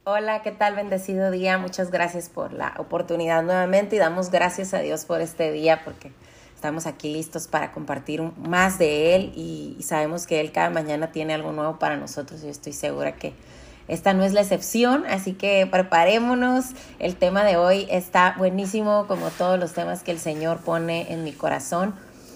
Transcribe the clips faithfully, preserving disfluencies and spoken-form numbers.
Hola, ¿qué tal? Bendecido día. Muchas gracias por la oportunidad nuevamente y damos gracias a Dios por este día porque estamos aquí listos para compartir más de Él y, y sabemos que Él cada mañana tiene algo nuevo para nosotros. Yo estoy segura que esta no es la excepción, así que preparémonos. El tema de hoy está buenísimo, como todos los temas que el Señor pone en mi corazón.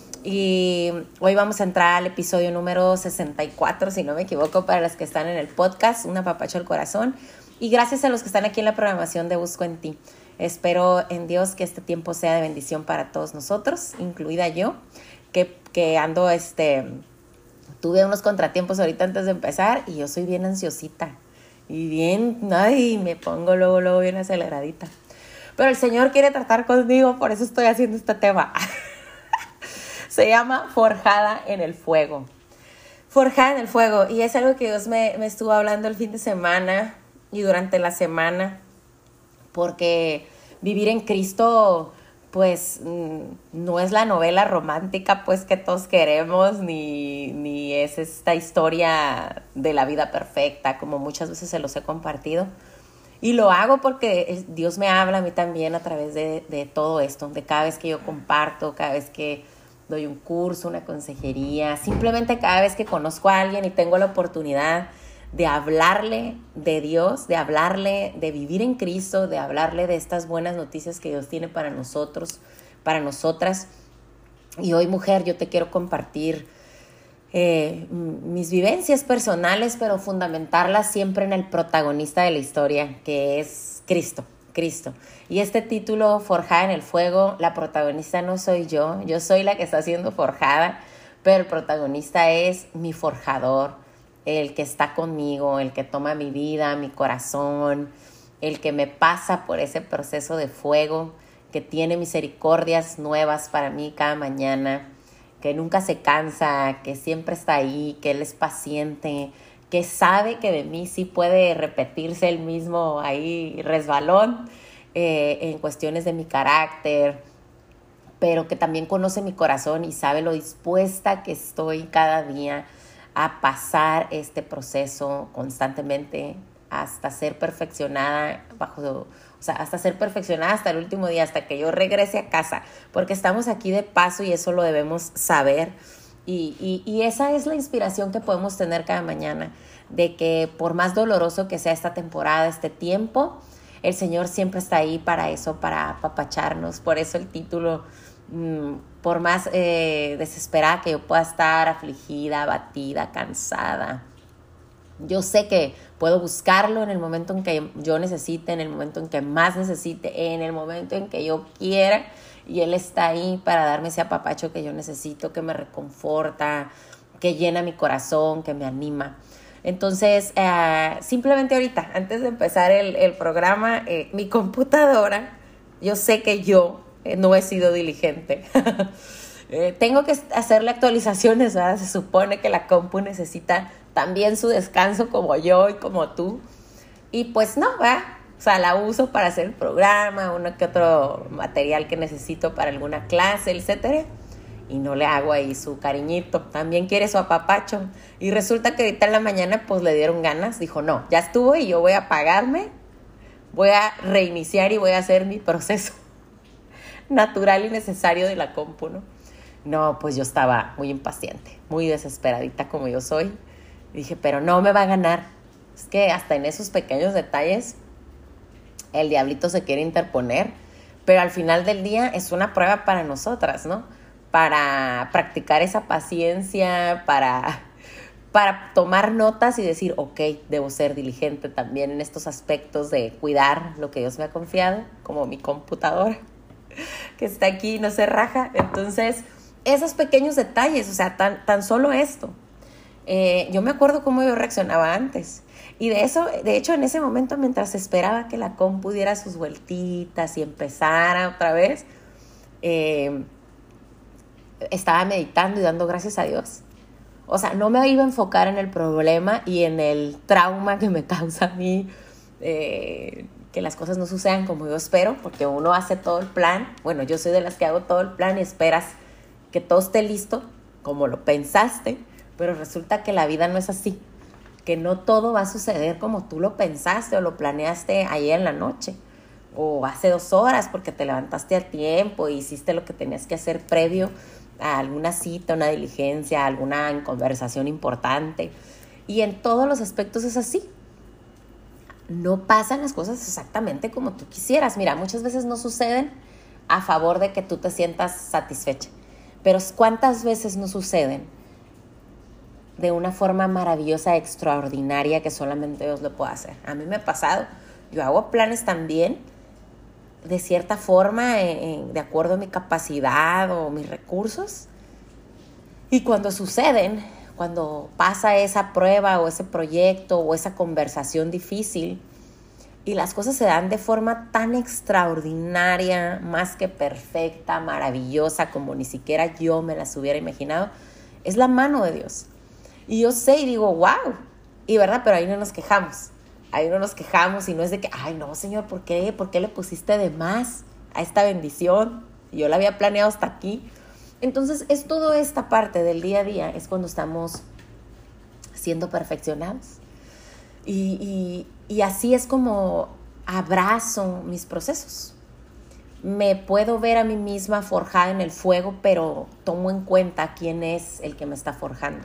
Y hoy vamos a entrar al episodio número sesenta y cuatro, si no me equivoco, para los que están en el podcast, Un Apapacho al Corazón. Y gracias a los que están aquí en la programación de Busco en Ti. Espero en Dios que este tiempo sea de bendición para todos nosotros, incluida yo, que, que ando, este, tuve unos contratiempos ahorita antes de empezar y yo soy bien ansiosita. Y bien, ay, me pongo luego, luego bien aceleradita. Pero el Señor quiere tratar conmigo, por eso estoy haciendo este tema. Se llama Forjada en el Fuego. Forjada en el Fuego. Y es algo que Dios me, me estuvo hablando el fin de semana y durante la semana. Porque vivir en Cristo, pues, no es la novela romántica, pues, que todos queremos, ni, ni es esta historia de la vida perfecta, como muchas veces se los he compartido. Y lo hago porque Dios me habla a mí también a través de, de todo esto, de cada vez que yo comparto, cada vez que doy un curso, una consejería, simplemente cada vez que conozco a alguien y tengo la oportunidad de hablarle de Dios, de hablarle de vivir en Cristo, de hablarle de estas buenas noticias que Dios tiene para nosotros, para nosotras. Y hoy, mujer, yo te quiero compartir eh, mis vivencias personales, pero fundamentarlas siempre en el protagonista de la historia, que es Cristo. Cristo. Y este título, Forjada en el Fuego, la protagonista no soy yo, yo soy la que está siendo forjada, pero el protagonista es mi forjador, el que está conmigo, el que toma mi vida, mi corazón, el que me pasa por ese proceso de fuego, que tiene misericordias nuevas para mí cada mañana, que nunca se cansa, que siempre está ahí, que Él es paciente, que sabe que de mí sí puede repetirse el mismo ahí resbalón eh, en cuestiones de mi carácter, pero que también conoce mi corazón y sabe lo dispuesta que estoy cada día a pasar este proceso constantemente hasta ser perfeccionada bajo, o sea, hasta ser perfeccionada hasta el último día, hasta que yo regrese a casa, porque estamos aquí de paso y eso lo debemos saber. Y, y, y esa es la inspiración que podemos tener cada mañana, de que por más doloroso que sea esta temporada, este tiempo, el Señor siempre está ahí para eso, para apapacharnos. Por eso el título, mmm, por más eh, desesperada que yo pueda estar, afligida, abatida, cansada, yo sé que puedo buscarlo en el momento en que yo necesite, en el momento en que más necesite, en el momento en que yo quiera. Y Él está ahí para darme ese apapacho que yo necesito, que me reconforta, que llena mi corazón, que me anima. Entonces, eh, simplemente ahorita, antes de empezar el, el programa, eh, mi computadora, yo sé que yo eh, no he sido diligente. eh, tengo que hacerle actualizaciones, ¿verdad? Se supone que la compu necesita también su descanso como yo y como tú. Y pues no, ¿verdad? O sea, la uso para hacer el programa, uno que otro material que necesito para alguna clase, etcétera. Y no le hago ahí su cariñito. También quiere su apapacho. Y resulta que ahorita en la mañana pues le dieron ganas. Dijo, no, ya estuvo y yo voy a apagarme. Voy a reiniciar y voy a hacer mi proceso natural y necesario de la compu, ¿no? No, pues yo estaba muy impaciente, muy desesperadita como yo soy. Dije, pero no me va a ganar. Es que hasta en esos pequeños detalles el diablito se quiere interponer, pero al final del día es una prueba para nosotras, ¿no? Para practicar esa paciencia, para, para tomar notas y decir, ok, debo ser diligente también en estos aspectos de cuidar lo que Dios me ha confiado, como mi computadora, que está aquí y no se raja. Entonces, esos pequeños detalles, o sea, tan, tan solo esto. Eh, yo me acuerdo cómo yo reaccionaba antes. Y de eso, de hecho, en ese momento, mientras esperaba que la compu diera sus vueltitas y empezara otra vez, eh, estaba meditando y dando gracias a Dios. O sea, no me iba a enfocar en el problema y en el trauma que me causa a mí, eh, que las cosas no sucedan como yo espero, porque uno hace todo el plan. Bueno, yo soy de las que hago todo el plan y esperas que todo esté listo, como lo pensaste, pero resulta que la vida no es así. que no todo va a suceder como tú lo pensaste o lo planeaste ayer en la noche o hace dos horas porque te levantaste a tiempo e hiciste lo que tenías que hacer previo a alguna cita, una diligencia, alguna conversación importante. Y en todos los aspectos es así. No pasan las cosas exactamente como tú quisieras. Mira, muchas veces no suceden a favor de que tú te sientas satisfecha. Pero ¿cuántas veces no suceden de una forma maravillosa, extraordinaria, que solamente Dios lo puede hacer? A mí me ha pasado. Yo hago planes también de cierta forma, eh, de acuerdo a mi capacidad o mis recursos. Y cuando suceden, cuando pasa esa prueba o ese proyecto o esa conversación difícil y las cosas se dan de forma tan extraordinaria, más que perfecta, maravillosa, como ni siquiera yo me las hubiera imaginado, es la mano de Dios. Y yo sé y digo, wow, y verdad, pero ahí no nos quejamos. Ahí no nos quejamos y no es de que, ay no, Señor, ¿por qué? ¿Por qué le pusiste de más a esta bendición? Yo la había planeado hasta aquí. Entonces, es toda esta parte del día a día, es cuando estamos siendo perfeccionados. Y, y, y así es como abrazo mis procesos. Me puedo ver a mí misma forjada en el fuego, pero tomo en cuenta quién es el que me está forjando.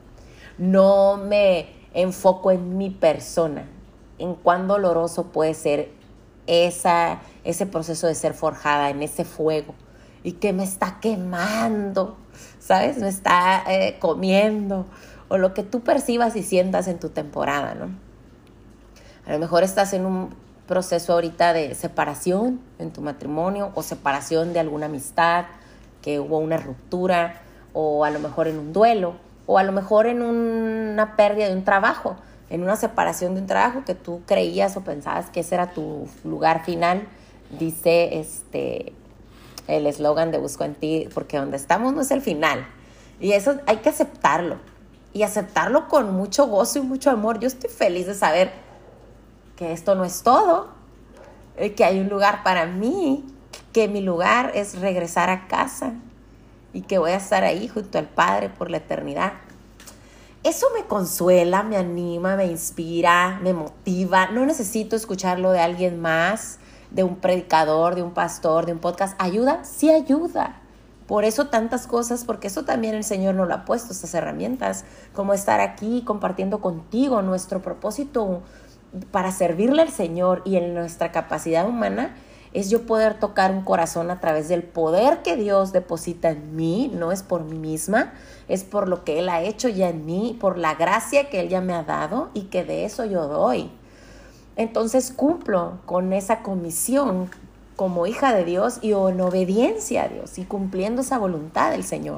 No me enfoco en mi persona, en cuán doloroso puede ser esa, ese proceso de ser forjada en ese fuego y que me está quemando, ¿sabes? Me está eh, comiendo, o lo que tú percibas y sientas en tu temporada, ¿no? A lo mejor estás en un proceso ahorita de separación en tu matrimonio o separación de alguna amistad, que hubo una ruptura, o a lo mejor en un duelo, o a lo mejor en una pérdida de un trabajo, en una separación de un trabajo que tú creías o pensabas que ese era tu lugar final. Dice este el eslogan de Busco en Ti, porque donde estamos no es el final. Y eso hay que aceptarlo. Y aceptarlo con mucho gozo y mucho amor. Yo estoy feliz de saber que esto no es todo, que hay un lugar para mí, que mi lugar es regresar a casa y que voy a estar ahí junto al Padre por la eternidad. Eso me consuela, me anima, me inspira, me motiva. No necesito escucharlo de alguien más, de un predicador, de un pastor, de un podcast. ¿Ayuda? Sí ayuda. Por eso tantas cosas, porque eso también el Señor nos lo ha puesto, estas herramientas, como estar aquí compartiendo contigo. Nuestro propósito para servirle al Señor y en nuestra capacidad humana es yo poder tocar un corazón a través del poder que Dios deposita en mí. No es por mí misma, es por lo que Él ha hecho ya en mí, por la gracia que Él ya me ha dado y que de eso yo doy. Entonces cumplo con esa comisión como hija de Dios y en obediencia a Dios y cumpliendo esa voluntad del Señor.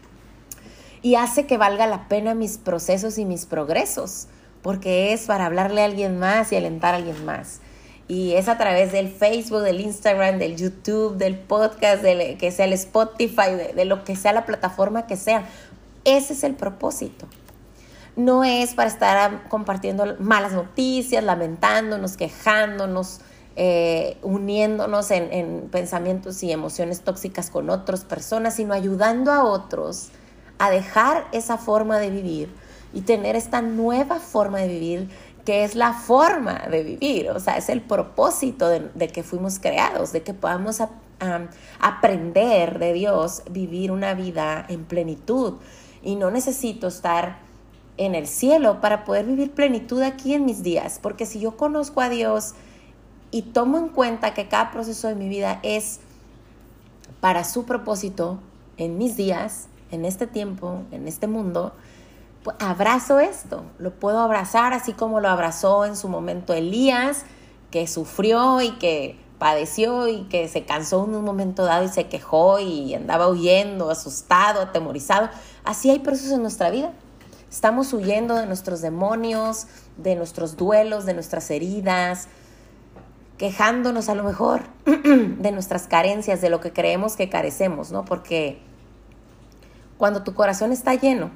Y hace que valga la pena mis procesos y mis progresos, porque es para hablarle a alguien más y alentar a alguien más. Y es a través del Facebook, del Instagram, del YouTube, del podcast, del, que sea el Spotify, de, de lo que sea la plataforma que sea. Ese es el propósito. No es para estar compartiendo malas noticias, lamentándonos, quejándonos, eh, uniéndonos en, en pensamientos y emociones tóxicas con otras personas, sino ayudando a otros a dejar esa forma de vivir y tener esta nueva forma de vivir, que es la forma de vivir. O sea, es el propósito de, de que fuimos creados, de que podamos a, a, aprender de Dios, vivir una vida en plenitud. Y no necesito estar en el cielo para poder vivir plenitud aquí en mis días, porque si yo conozco a Dios y tomo en cuenta que cada proceso de mi vida es para su propósito en mis días, en este tiempo, en este mundo, pues abrazo esto, lo puedo abrazar así como lo abrazó en su momento Elías, que sufrió y que padeció y que se cansó en un momento dado y se quejó y andaba huyendo, asustado, atemorizado. Así hay procesos en nuestra vida. Estamos huyendo de nuestros demonios, de nuestros duelos, de nuestras heridas, quejándonos a lo mejor de nuestras carencias, de lo que creemos que carecemos, ¿no? Porque cuando tu corazón está lleno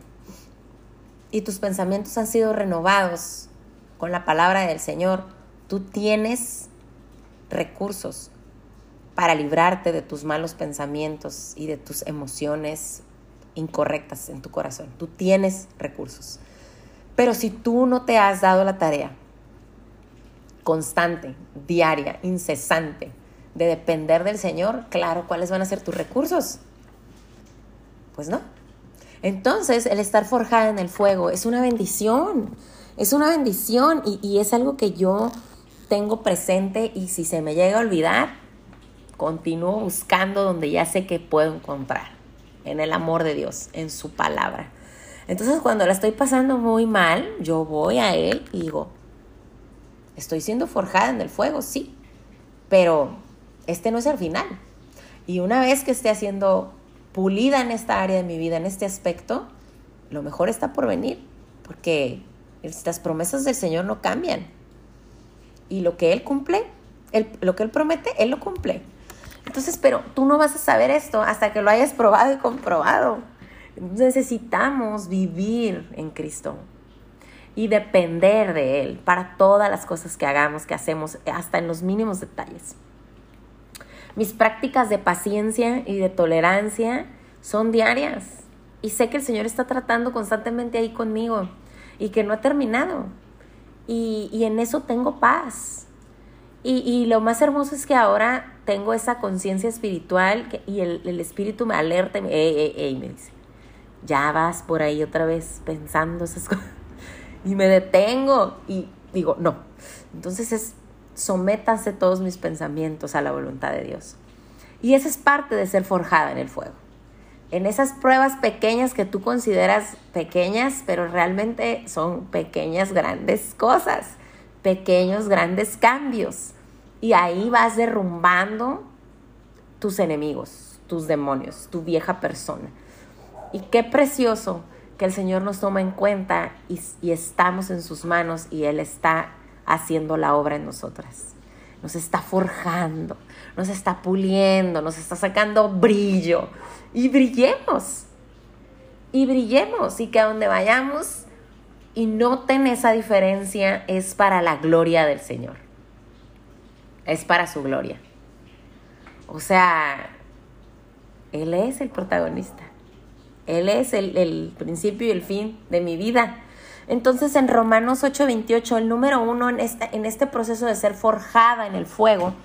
y tus pensamientos han sido renovados con la palabra del Señor, tú tienes recursos para librarte de tus malos pensamientos y de tus emociones incorrectas en tu corazón. Tú tienes recursos. Pero si tú no te has dado la tarea constante, diaria, incesante, de depender del Señor, claro, ¿cuáles van a ser tus recursos? Pues no. Entonces, el estar forjada en el fuego es una bendición, es una bendición y, y es algo que yo tengo presente, y si se me llega a olvidar, continúo buscando donde ya sé que puedo encontrar, en el amor de Dios, en su palabra. Entonces, cuando la estoy pasando muy mal, yo voy a Él y digo, estoy siendo forjada en el fuego, sí, pero este no es el final. Y una vez que esté haciendo pulida en esta área de mi vida, en este aspecto, lo mejor está por venir, porque las promesas del Señor no cambian. Y lo que Él cumple, él, lo que Él promete, Él lo cumple. Entonces, pero tú no vas a saber esto hasta que lo hayas probado y comprobado. Necesitamos vivir en Cristo y depender de Él para todas las cosas que hagamos, que hacemos, hasta en los mínimos detalles. Mis prácticas de paciencia y de tolerancia son diarias. Y sé que el Señor está tratando constantemente ahí conmigo y que no ha terminado. Y, y en eso tengo paz. Y, y lo más hermoso es que ahora tengo esa conciencia espiritual que, y el, el Espíritu me alerta y me, ey, ey, ey, me dice, ya vas por ahí otra vez pensando esas cosas. Y me detengo y digo, no. Entonces es... sométase todos mis pensamientos a la voluntad de Dios. Y esa es parte de ser forjada en el fuego. En esas pruebas pequeñas que tú consideras pequeñas, pero realmente son pequeñas grandes cosas, pequeños grandes cambios. Y ahí vas derrumbando tus enemigos, tus demonios, tu vieja persona. Y qué precioso que el Señor nos toma en cuenta y, y estamos en sus manos y Él está haciendo la obra en nosotras. Nos está forjando, nos está puliendo, nos está sacando brillo. Y brillemos, y brillemos, y que a donde vayamos y noten esa diferencia, es para la gloria del Señor. Es para su gloria. O sea, Él es el protagonista. Él es el, el principio y el fin de mi vida. Entonces, en Romanos ocho veintiocho, el número uno en este, en este proceso de ser forjada en el fuego,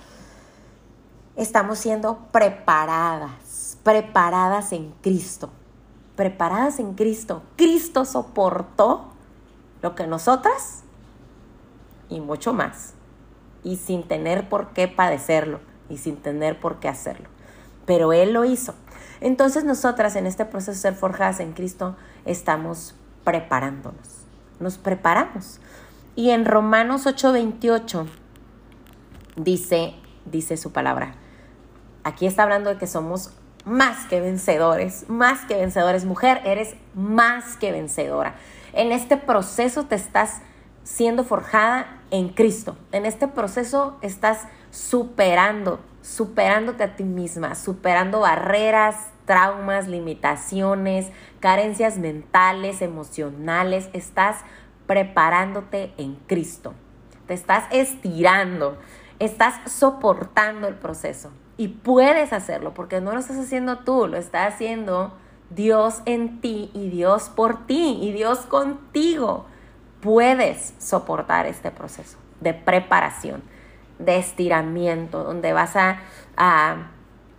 estamos siendo preparadas, preparadas en Cristo, preparadas en Cristo. Cristo soportó lo que nosotras y mucho más, y sin tener por qué padecerlo y sin tener por qué hacerlo, pero Él lo hizo. Entonces, nosotras en este proceso de ser forjadas en Cristo estamos preparándonos. Nos preparamos. Y en Romanos ocho veintiocho dice, dice su palabra. Aquí está hablando de que somos más que vencedores, más que vencedores. Mujer, eres más que vencedora. En este proceso te estás siendo forjada en Cristo. En este proceso estás superando, superándote a ti misma, superando barreras, traumas, limitaciones, carencias mentales, emocionales. Estás preparándote en Cristo. Te estás estirando, estás soportando el proceso. Y puedes hacerlo porque no lo estás haciendo tú, lo está haciendo Dios en ti y Dios por ti y Dios contigo. Puedes soportar este proceso de preparación, de estiramiento, donde vas a... a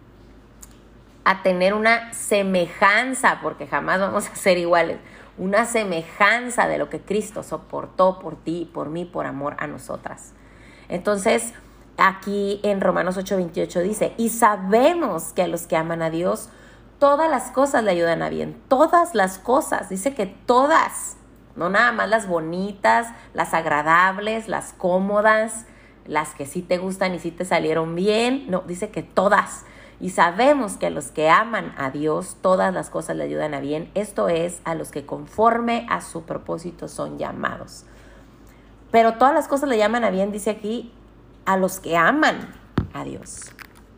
a tener una semejanza, porque jamás vamos a ser iguales, una semejanza de lo que Cristo soportó por ti, por mí, por amor a nosotras. Entonces, aquí en Romanos ocho veintiocho dice, y sabemos que a los que aman a Dios, todas las cosas le ayudan a bien, todas las cosas, dice que todas, no nada más las bonitas, las agradables, las cómodas, las que sí te gustan y sí te salieron bien, no, dice que todas. Y sabemos que a los que aman a Dios, todas las cosas le ayudan a bien. Esto es, a los que conforme a su propósito son llamados. Pero todas las cosas le llaman a bien, dice aquí, a los que aman a Dios.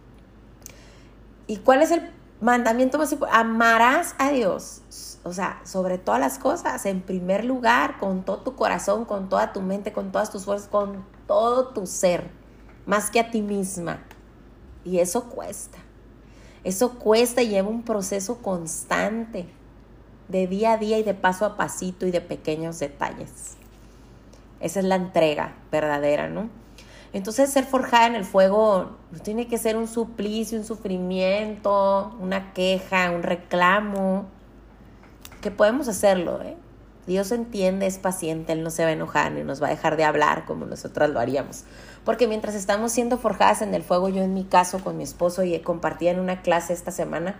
¿Y cuál es el mandamiento más importante? Amarás a Dios, o sea, sobre todas las cosas, en primer lugar, con todo tu corazón, con toda tu mente, con todas tus fuerzas, con todo tu ser, más que a ti misma. Y eso cuesta. Eso cuesta y lleva un proceso constante de día a día y de paso a pasito y de pequeños detalles. Esa es la entrega verdadera, ¿no? Entonces ser forjada en el fuego no tiene que ser un suplicio, un sufrimiento, una queja, un reclamo, que podemos hacerlo, ¿eh? Dios entiende, es paciente, Él no se va a enojar ni nos va a dejar de hablar como nosotras lo haríamos. Porque mientras estamos siendo forjadas en el fuego, yo en mi caso con mi esposo y compartía en una clase esta semana,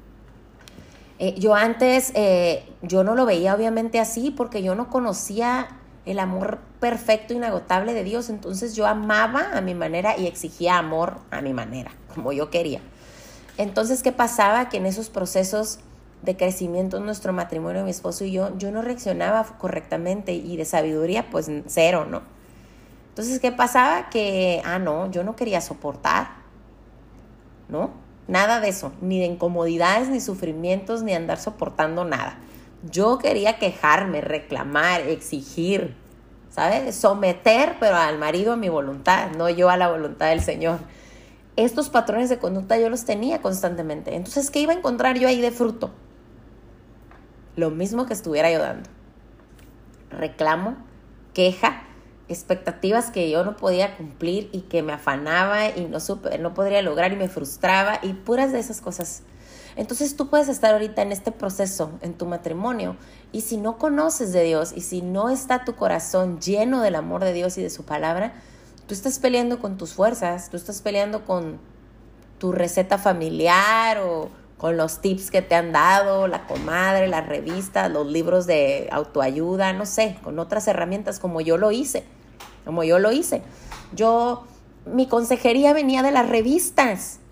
eh, yo antes, eh, yo no lo veía obviamente así porque yo no conocía el amor perfecto, inagotable de Dios. Entonces yo amaba a mi manera y exigía amor a mi manera, como yo quería. Entonces, ¿qué pasaba? Que en esos procesos de crecimiento en nuestro matrimonio, mi esposo y yo, yo no reaccionaba correctamente y de sabiduría, pues cero, ¿no? Entonces, ¿qué pasaba? Que, ah, no, yo no quería soportar, ¿no? Nada de eso, ni de incomodidades, ni sufrimientos, ni andar soportando nada. Yo quería quejarme, reclamar, exigir, ¿sabes? Someter, pero al marido a mi voluntad, no yo a la voluntad del Señor. Estos patrones de conducta yo los tenía constantemente. Entonces, ¿qué iba a encontrar yo ahí de fruto? Lo mismo que estuviera yo dando. Reclamo, queja, expectativas que yo no podía cumplir y que me afanaba y no, supe, no podría lograr y me frustraba y puras de esas cosas. Entonces tú puedes estar ahorita en este proceso en tu matrimonio y si no conoces de Dios y si no está tu corazón lleno del amor de Dios y de su palabra, tú estás peleando con tus fuerzas, tú estás peleando con tu receta familiar o con los tips que te han dado, la comadre, las revistas, los libros de autoayuda, no sé, con otras herramientas como yo lo hice, como yo lo hice. Yo, mi consejería venía de las revistas,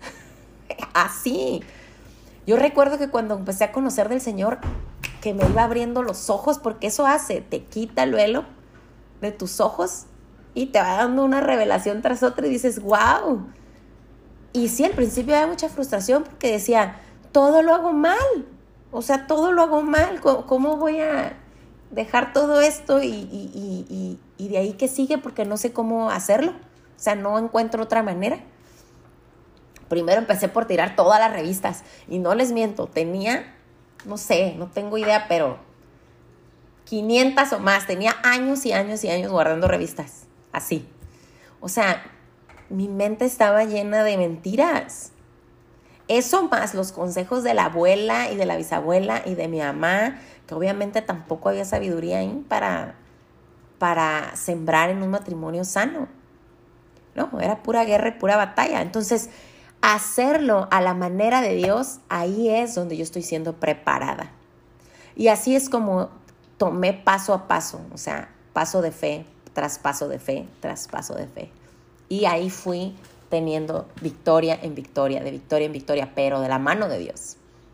así. Yo recuerdo que cuando empecé a conocer del Señor, que me iba abriendo los ojos, porque eso hace, te quita el velo de tus ojos y te va dando una revelación tras otra y dices, wow. Y sí, al principio había mucha frustración porque decía, todo lo hago mal, o sea, todo lo hago mal, ¿cómo, cómo voy a dejar todo esto y, y, y, y, y de ahí que sigue? Porque no sé cómo hacerlo, o sea, no encuentro otra manera. Primero empecé por tirar todas las revistas y no les miento, tenía, no sé, no tengo idea, pero quinientas o más, tenía años y años y años guardando revistas, así. O sea, mi mente estaba llena de mentiras. Eso más los consejos de la abuela y de la bisabuela y de mi mamá, que obviamente tampoco había sabiduría ahí para, para sembrar en un matrimonio sano. No, era pura guerra y pura batalla. Entonces, hacerlo a la manera de Dios, ahí es donde yo estoy siendo preparada. Y así es como tomé paso a paso, o sea, paso de fe, tras paso de fe, tras paso de fe. Y ahí fui teniendo victoria en victoria, de victoria en victoria, pero de la mano de Dios.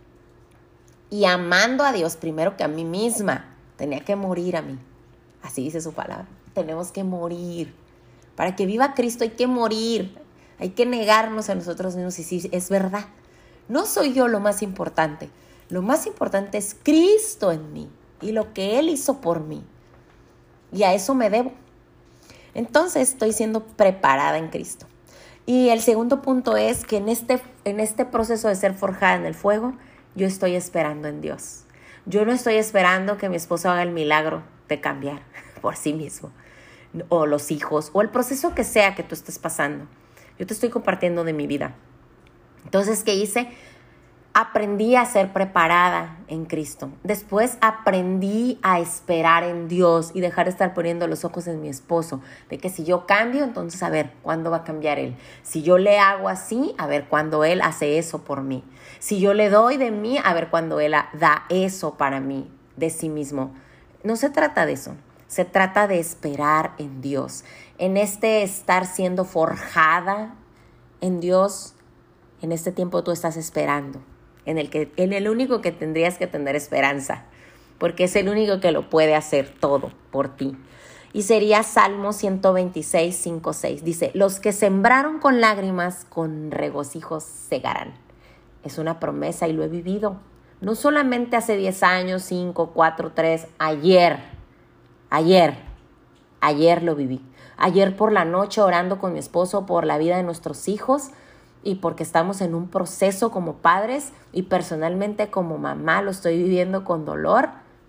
Y amando a Dios primero que a mí misma. Tenía que morir a mí. Así dice su palabra. Tenemos que morir. Para que viva Cristo hay que morir. Hay que negarnos a nosotros mismos. Y sí, es verdad. No soy yo lo más importante. Lo más importante es Cristo en mí y lo que Él hizo por mí. Y a eso me debo. Entonces estoy siendo preparada en Cristo. Y el segundo punto es que en este, en este proceso de ser forjada en el fuego, yo estoy esperando en Dios. Yo no estoy esperando que mi esposo haga el milagro de cambiar por sí mismo, o los hijos, o el proceso que sea que tú estés pasando. Yo te estoy compartiendo de mi vida. Entonces, ¿qué hice? Aprendí a ser preparada en Cristo. Después aprendí a esperar en Dios y dejar de estar poniendo los ojos en mi esposo. De que si yo cambio, entonces a ver, ¿cuándo va a cambiar él? Si yo le hago así, a ver cuándo él hace eso por mí. Si yo le doy de mí, a ver cuándo él da eso para mí, de sí mismo. No se trata de eso. Se trata de esperar en Dios. En este estar siendo forjada en Dios, en este tiempo tú estás esperando. En el, que, en el único que tendrías que tener esperanza, porque es el único que lo puede hacer todo por ti. Y sería Salmo ciento veintiséis, cinco, seis. Dice, los que sembraron con lágrimas, con regocijos segarán. Es una promesa y lo he vivido. No solamente hace diez años, cinco, cuatro, tres, ayer, ayer, ayer lo viví. Ayer por la noche orando con mi esposo por la vida de nuestros hijos. y porque estamos en un proceso como padres y personalmente como mamá lo estoy viviendo con dolor.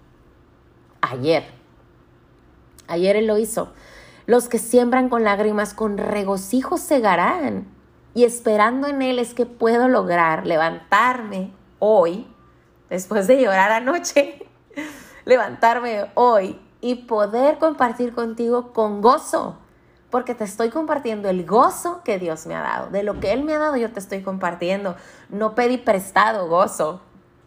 Ayer, ayer Él lo hizo. Los que siembran con lágrimas, con regocijo segarán. Y esperando en Él es que puedo lograr levantarme hoy, después de llorar anoche, levantarme hoy y poder compartir contigo con gozo. Porque te estoy compartiendo el gozo que Dios me ha dado. De lo que Él me ha dado yo te estoy compartiendo. No pedí prestado gozo,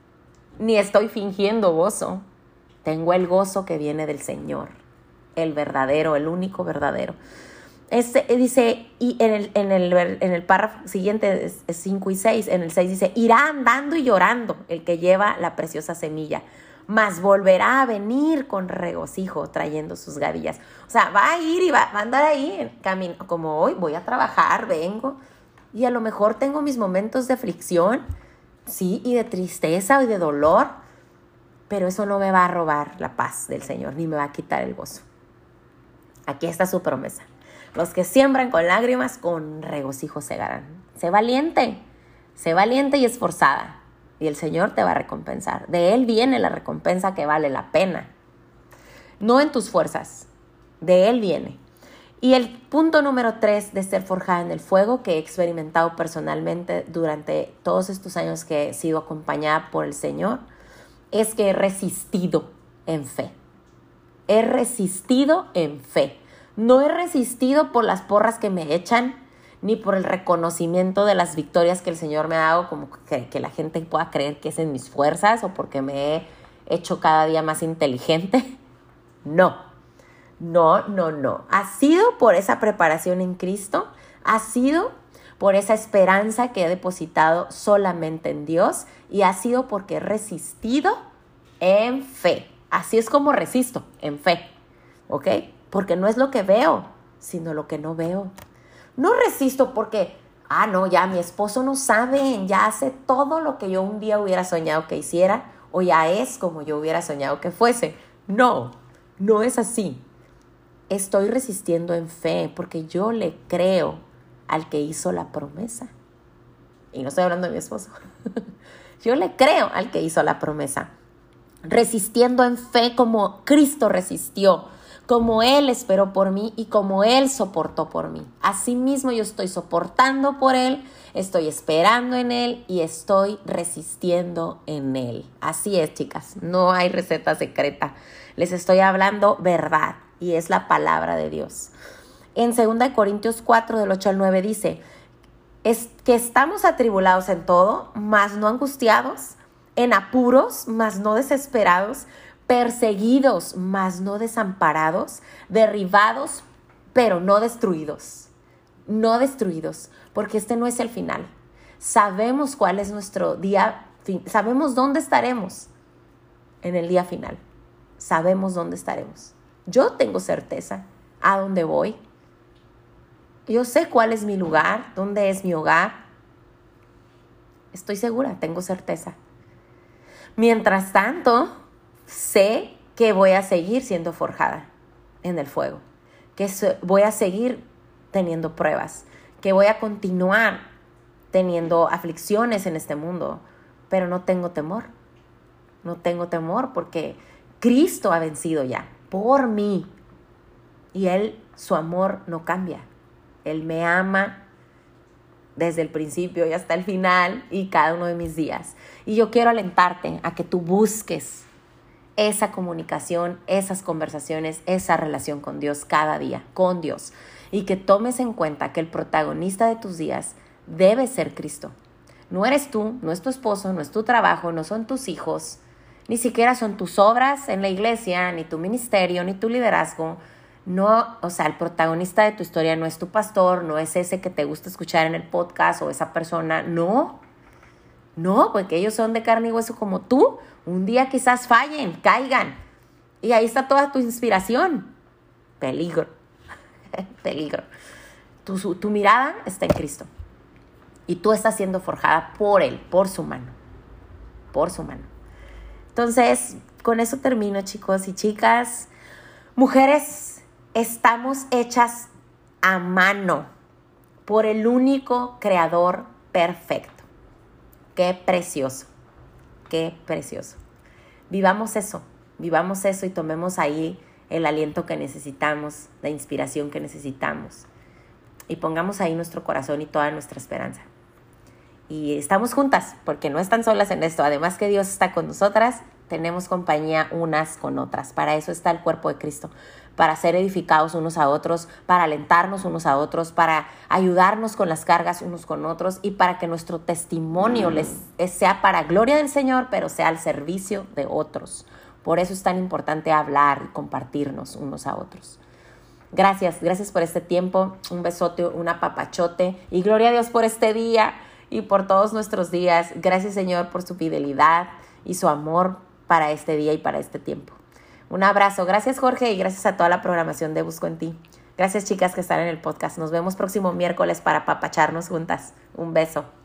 ni estoy fingiendo gozo. Tengo el gozo que viene del Señor, el verdadero, el único verdadero. Este, dice, y en el, en el, en el párrafo siguiente, cinco y seis, en el seis dice, irá andando y llorando el que lleva la preciosa semilla, mas volverá a venir con regocijo trayendo sus gavillas. O sea, va a ir y va, va a andar ahí en camino, como hoy voy a trabajar, vengo, y a lo mejor tengo mis momentos de aflicción, sí, y de tristeza y de dolor, pero eso no me va a robar la paz del Señor, ni me va a quitar el gozo. Aquí está su promesa. Los que siembran con lágrimas, con regocijo segarán. Sé valiente, sé valiente y esforzada. Y el Señor te va a recompensar. De Él viene la recompensa que vale la pena. No en tus fuerzas, de Él viene. Y el punto número tres de ser forjada en el fuego, que he experimentado personalmente durante todos estos años que he sido acompañada por el Señor, es que he resistido en fe. He resistido en fe. No he resistido por las porras que me echan, ni por el reconocimiento de las victorias que el Señor me ha dado, como que, que la gente pueda creer que es en mis fuerzas o porque me he hecho cada día más inteligente. No, no, no, no. Ha sido por esa preparación en Cristo, ha sido por esa esperanza que he depositado solamente en Dios y ha sido porque he resistido en fe. Así es como resisto, en fe, ¿ok? Porque no es lo que veo, sino lo que no veo. No resisto porque, ah, no, ya mi esposo no sabe, ya hace todo lo que yo un día hubiera soñado que hiciera o ya es como yo hubiera soñado que fuese. No, no es así. Estoy resistiendo en fe porque yo le creo al que hizo la promesa. Y no estoy hablando de mi esposo. Yo le creo al que hizo la promesa. Resistiendo en fe como Cristo resistió, como Él esperó por mí y como Él soportó por mí. Asimismo yo estoy soportando por Él, estoy esperando en Él y estoy resistiendo en Él. Así es, chicas, no hay receta secreta. Les estoy hablando verdad y es la palabra de Dios. En segunda Corintios cuatro, del ocho al nueve dice, es que estamos atribulados en todo, mas no angustiados, en apuros, mas no desesperados, perseguidos, mas no desamparados, derribados, pero no destruidos. No destruidos, porque este no es el final. Sabemos cuál es nuestro día, sabemos dónde estaremos en el día final. Sabemos dónde estaremos. Yo tengo certeza a dónde voy. Yo sé cuál es mi lugar, dónde es mi hogar. Estoy segura, tengo certeza. Mientras tanto, sé que voy a seguir siendo forjada en el fuego, que voy a seguir teniendo pruebas, que voy a continuar teniendo aflicciones en este mundo, pero no tengo temor. No tengo temor porque Cristo ha vencido ya por mí y Él, su amor no cambia. Él me ama desde el principio y hasta el final y cada uno de mis días. Y yo quiero alentarte a que tú busques esa comunicación, esas conversaciones, esa relación con Dios cada día, con Dios. Y que tomes en cuenta que el protagonista de tus días debe ser Cristo. No eres tú, no es tu esposo, no es tu trabajo, no son tus hijos, ni siquiera son tus obras en la iglesia, ni tu ministerio, ni tu liderazgo. No, o sea, el protagonista de tu historia no es tu pastor, no es ese que te gusta escuchar en el podcast o esa persona, no. No, porque ellos son de carne y hueso como tú. Un día quizás fallen, caigan. Y ahí está toda tu inspiración. Peligro, peligro. Tu, tu mirada está en Cristo. Y tú estás siendo forjada por Él, por su mano. Por su mano. Entonces, con eso termino, chicos y chicas. Mujeres, estamos hechas a mano por el único creador perfecto. Qué precioso, qué precioso. Vivamos eso, vivamos eso y tomemos ahí el aliento que necesitamos, la inspiración que necesitamos. Y pongamos ahí nuestro corazón y toda nuestra esperanza. Y estamos juntas, porque no están solas en esto. Además que Dios está con nosotras, tenemos compañía unas con otras. Para eso está el cuerpo de Cristo, para ser edificados unos a otros, para alentarnos unos a otros, para ayudarnos con las cargas unos con otros y para que nuestro testimonio les, sea para gloria del Señor, pero sea al servicio de otros. Por eso es tan importante hablar y compartirnos unos a otros. Gracias, gracias por este tiempo. Un besote, un apapachote y gloria a Dios por este día y por todos nuestros días. Gracias, Señor, por su fidelidad y su amor para este día y para este tiempo. Un abrazo. Gracias, Jorge, y gracias a toda la programación de Busco en Ti. Gracias, chicas, que están en el podcast. Nos vemos próximo miércoles para apapacharnos juntas. Un beso.